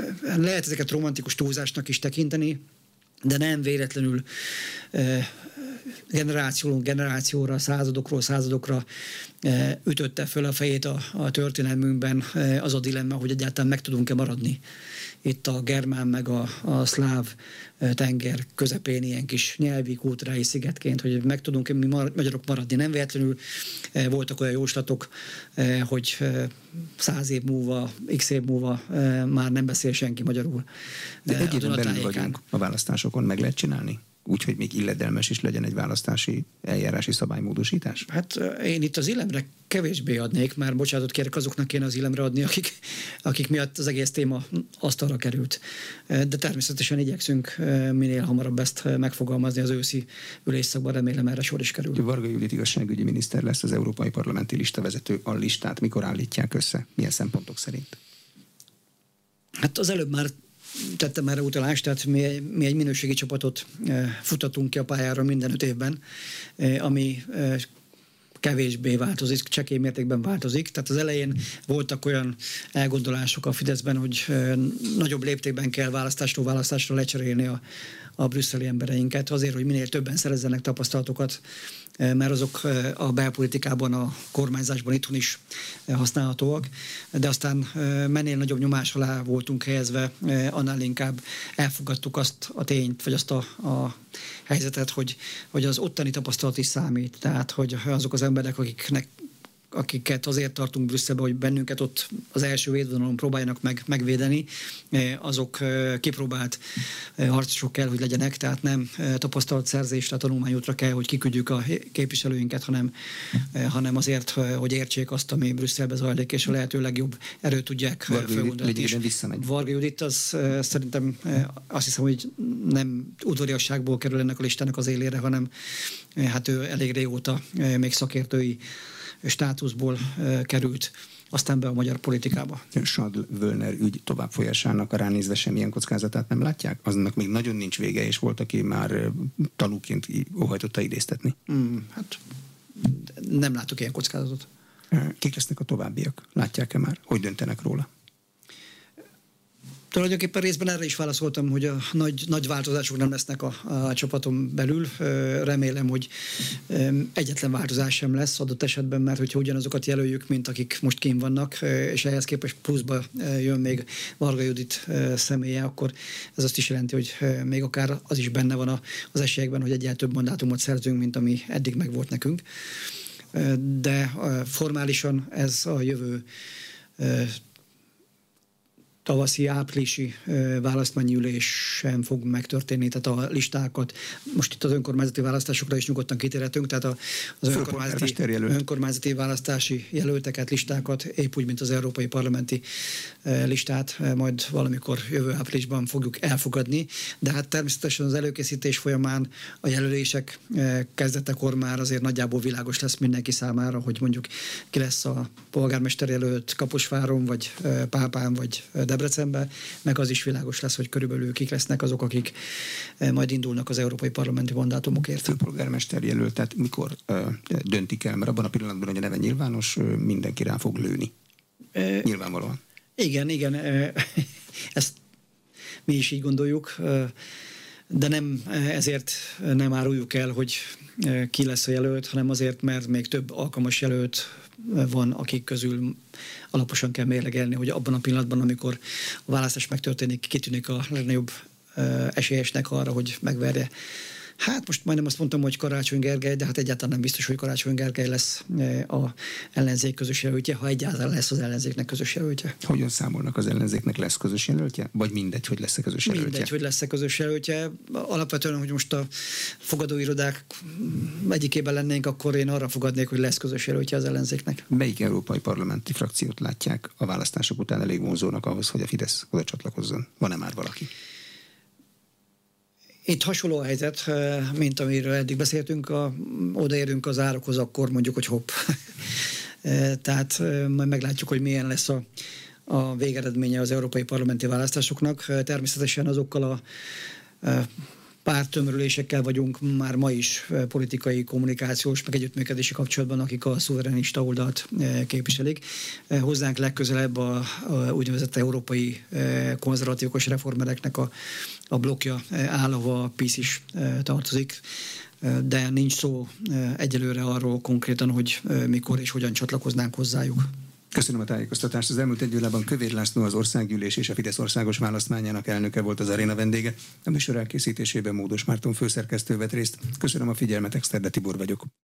lehet ezeket romantikus túlzásnak is tekinteni, de nem véletlenül generációra, századokra ütötte föl a fejét a történelmünkben az a dilemma, hogy egyáltalán meg tudunk-e maradni itt a germán meg a szláv tenger közepén ilyen kis nyelvi, kulturális szigetként, hogy meg tudunk-e mi magyarok maradni. Nem véletlenül voltak olyan jóslatok, hogy 100 év múlva, x év múlva már nem beszél senki magyarul. De egy éven belül vagyunk a választásokon, meg lehet csinálni? Úgyhogy még illedelmes is legyen egy választási eljárási szabálymódosítás? Hát én itt az illemre kevésbé adnék, már bocsánatot kérek, azoknak kéne az illemre adni, akik miatt az egész téma asztalra került. De természetesen igyekszünk minél hamarabb ezt megfogalmazni az őszi ülésszakban, remélem erre sor is kerül. Varga Judit igazságügyi miniszter lesz az európai parlamenti listavezető. A listát mikor állítják össze? Milyen szempontok szerint? Hát az előbb már tettem erre utalást, tehát mi egy minőségi csapatot futtatunk ki a pályára minden 5 évben, ami kevésbé változik, csekély mértékben változik. Tehát az elején voltak olyan elgondolások a Fideszben, hogy nagyobb léptékben kell választásra lecserélni a brüsszeli embereinket, azért, hogy minél többen szerezzenek tapasztalatokat, mert azok a belpolitikában, a kormányzásban itthon is használhatóak, de aztán minél nagyobb nyomás alá voltunk helyezve, annál inkább elfogadtuk azt a tényt, vagy azt a helyzetet, hogy az ottani tapasztalat is számít. Tehát, hogy azok az emberek, akiket azért tartunk Brüsszelbe, hogy bennünket ott az első védvonalon próbáljanak megvédeni, azok kipróbált harcosok kell, hogy legyenek, tehát nem tapasztalatszerzésre, tanulmányútra kell, hogy kiküldjük a képviselőinket, hanem azért, hogy értsék azt, ami Brüsszelbe zajlik, és a lehető legjobb erőt tudják felmondani. Varga Judit, az szerintem azt hiszem, hogy nem udvariasságból kerül ennek a listának az élére, hanem hát ő elég régóta még szakértői státuszból került aztán be a magyar politikába. Schadl-Wöllner ügy továbbfolyásának a ránézve semmilyen kockázatát nem látják? Aznak még nagyon nincs vége, és volt, aki már tanúként óhajtotta idéztetni. Hát nem látok ilyen kockázatot. Kik lesznek a továbbiak? Látják-e már? Hogy döntenek róla? Tulajdonképpen részben erre is válaszoltam, hogy a nagy változások nem lesznek a csapaton belül. Remélem, hogy egyetlen változás sem lesz adott esetben, mert hogyha ugyanazokat jelöljük, mint akik most kint vannak, és ehhez képest pluszba jön még Varga Judit személye, akkor ez azt is jelenti, hogy még akár az is benne van az esélyekben, hogy egyáltalán több mandátumot szerzünk, mint ami eddig megvolt nekünk. De formálisan ez a jövő tavaszi, áprilisi választmányi ülésen fog megtörténni, tehát a listákat, most itt az önkormányzati választásokra is nyugodtan kitérhetünk, tehát az önkormányzati választási jelölteket, listákat, épp úgy, mint az európai parlamenti listát, majd valamikor jövő áprilisban fogjuk elfogadni, de hát természetesen az előkészítés folyamán a jelölések kezdetekor már azért nagyjából világos lesz mindenki számára, hogy mondjuk ki lesz a polgármester jelölt Kaposváron, vagy Pápán, vagy Debrecenben, meg az is világos lesz, hogy körülbelül kik lesznek azok, akik majd indulnak az európai parlamenti mandátumokért. Főpolgármester jelölt, tehát mikor döntik el, mert abban a pillanatban, hogy a neve nyilvános, mindenki rá fog lőni. Nyilvánvalóan. Igen, ezt mi is így gondoljuk, de nem ezért nem áruljuk el, hogy ki lesz a jelölt, hanem azért, mert még több alkalmas jelölt van, akik közül alaposan kell mérlegelni, hogy abban a pillanatban, amikor a választás megtörténik, kitűnik a legnagyobb esélyesnek arra, hogy megverje. Hát most majdnem azt mondtam, hogy Karácsony Gergely, de hát egyáltalán nem biztos, hogy Karácsony Gergely lesz a ellenzék közös jelöltje, ha egyáltalán lesz az ellenzéknek közös jelöltje. Hogyan számolnak, az ellenzéknek lesz közös jelöltje? Vagy mindegy, hogy lesz-e közös jelöltje? Mindegy, hogy lesz-e közös jelöltje. Alapvetően, hogy most a fogadóirodák egyikében lennénk, akkor én arra fogadnék, hogy lesz közös jelöltje az ellenzéknek. Melyik európai parlamenti frakciót látják a választások után elég vonzónak ahhoz, hogy a Fidesz oda csatlakozzon? Van-e már valaki? Itt hasonló a helyzet, mint amiről eddig beszéltünk, odaérünk az árokhoz, akkor mondjuk, hogy hopp. Tehát majd meglátjuk, hogy milyen lesz a végeredménye az európai parlamenti választásoknak. Természetesen azokkal a párttömörülésekkel vagyunk már ma is politikai, kommunikációs, meg együttműködési kapcsolatban, akik a szuverenista oldalt képviselik. Hozzánk legközelebb a úgynevezett európai konzervatívos reformereknek a blokkja áll, ahol a PiS is tartozik. de nincs szó egyelőre arról konkrétan, hogy mikor és hogyan csatlakoznánk hozzájuk. Köszönöm a tájékoztatást. Az elmúlt egy órában Kövér László, az Országgyűlés és a Fidesz országos választmányának elnöke volt az aréna vendége. A műsor elkészítésében Módos Márton főszerkesztő vett részt. Köszönöm a figyelmet, Exterde Tibor vagyok.